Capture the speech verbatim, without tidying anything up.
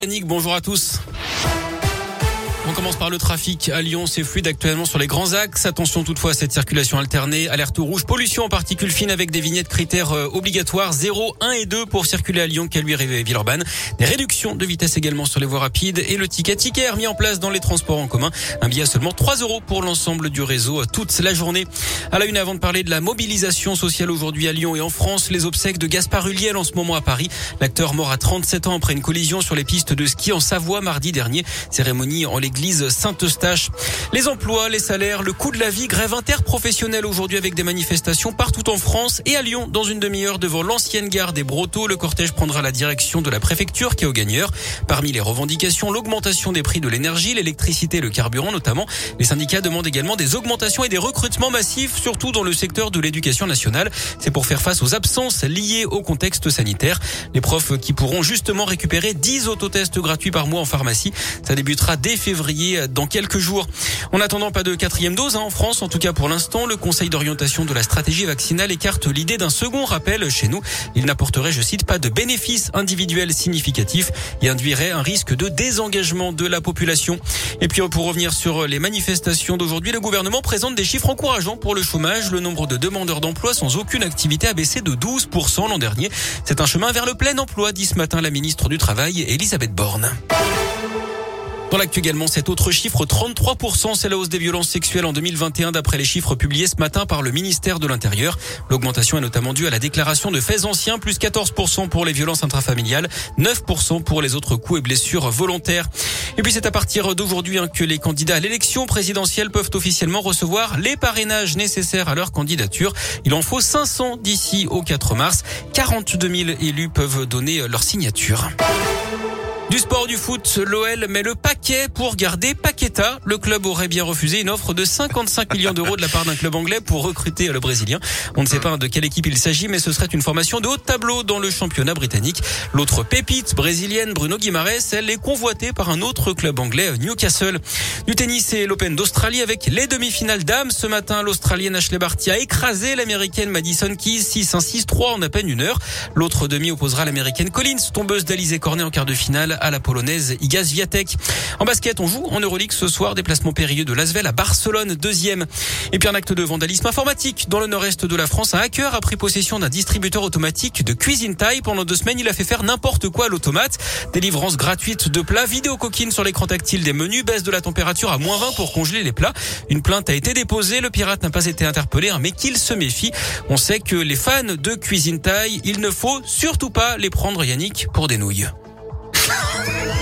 Yannick, bonjour à tous. On commence par le trafic à Lyon, c'est fluide actuellement sur les grands axes. Attention toutefois à cette circulation alternée. Alerte rouge, pollution en particules fines avec des vignettes critères euh, obligatoires zéro, un et deux pour circuler à Lyon, Caluire et Villeurbanne. Des réductions de vitesse également sur les voies rapides et le ticket ticket mis en place dans les transports en commun. Un billet à seulement trois euros pour l'ensemble du réseau toute la journée. À la une, avant de parler de la mobilisation sociale aujourd'hui à Lyon et en France, les obsèques de Gaspard Ulliel en ce moment à Paris. L'acteur mort à trente-sept ans après une collision sur les pistes de ski en Savoie mardi dernier. Cérémonie en l'église Saint-Eustache. Les emplois, les salaires, le coût de la vie, grève interprofessionnelle aujourd'hui avec des manifestations partout en France et à Lyon dans une demi-heure devant l'ancienne gare des Brotteaux. Le cortège prendra la direction de la préfecture qui est au gagneur. Parmi les revendications, l'augmentation des prix de l'énergie, l'électricité et le carburant notamment. Les syndicats demandent également des augmentations et des recrutements massifs, surtout dans le secteur de l'éducation nationale. C'est pour faire face aux absences liées au contexte sanitaire. Les profs qui pourront justement récupérer dix autotests gratuits par mois en pharmacie. Ça débutera dès février dans quelques jours. En attendant, pas de quatrième dose hein, en France, en tout cas pour l'instant. Le Conseil d'orientation de la stratégie vaccinale écarte l'idée d'un second rappel chez nous. Il n'apporterait, je cite, pas de bénéfices individuels significatifs et induirait un risque de désengagement de la population. Et puis pour revenir sur les manifestations d'aujourd'hui, le gouvernement présente des chiffres encourageants pour le chômage. Le nombre de demandeurs d'emploi sans aucune activité a baissé de douze pour cent l'an dernier. C'est un chemin vers le plein emploi, dit ce matin la ministre du Travail, Elisabeth Borne. Dans l'actu également, cet autre chiffre, trente-trois pour cent, c'est la hausse des violences sexuelles en deux mille vingt et un d'après les chiffres publiés ce matin par le ministère de l'Intérieur. L'augmentation est notamment due à la déclaration de faits anciens, plus quatorze pour cent pour les violences intrafamiliales, neuf pour cent pour les autres coups et blessures volontaires. Et puis c'est à partir d'aujourd'hui hein, que les candidats à l'élection présidentielle peuvent officiellement recevoir les parrainages nécessaires à leur candidature. Il en faut cinq cents d'ici au quatre mars. quarante-deux mille élus peuvent donner leur signature. Du sport, du foot, l'O L met le paquet pour garder Paqueta. Le club aurait bien refusé une offre de cinquante-cinq millions d'euros de la part d'un club anglais pour recruter le Brésilien. On ne sait pas de quelle équipe il s'agit, mais ce serait une formation de haut tableau dans le championnat britannique. L'autre pépite brésilienne, Bruno Guimarães, elle est convoitée par un autre club anglais, Newcastle. Du tennis et l'Open d'Australie avec les demi-finales dames. Ce matin, l'Australienne Ashley Barty a écrasé l'Américaine Madison Keys six un six trois en à peine une heure. L'autre demi opposera l'Américaine Collins, tombeuse d'Alizé Cornet en quart de finale, à la Polonaise Iga Swiatek. En basket, on joue en Euroleague ce soir. Déplacement périlleux de l'Asvel à Barcelone, deuxième. Et puis un acte de vandalisme informatique. Dans le nord-est de la France, un hacker a pris possession d'un distributeur automatique de Cuisine Taille. Pendant deux semaines, il a fait faire n'importe quoi à l'automate. Délivrance gratuite de plats, vidéo coquine sur l'écran tactile des menus, baisse de la température à moins vingt pour congeler les plats. Une plainte a été déposée. Le pirate n'a pas été interpellé, hein, mais qu'il se méfie. On sait que les fans de Cuisine Taille, il ne faut surtout pas les prendre, Yannick, pour des nouilles.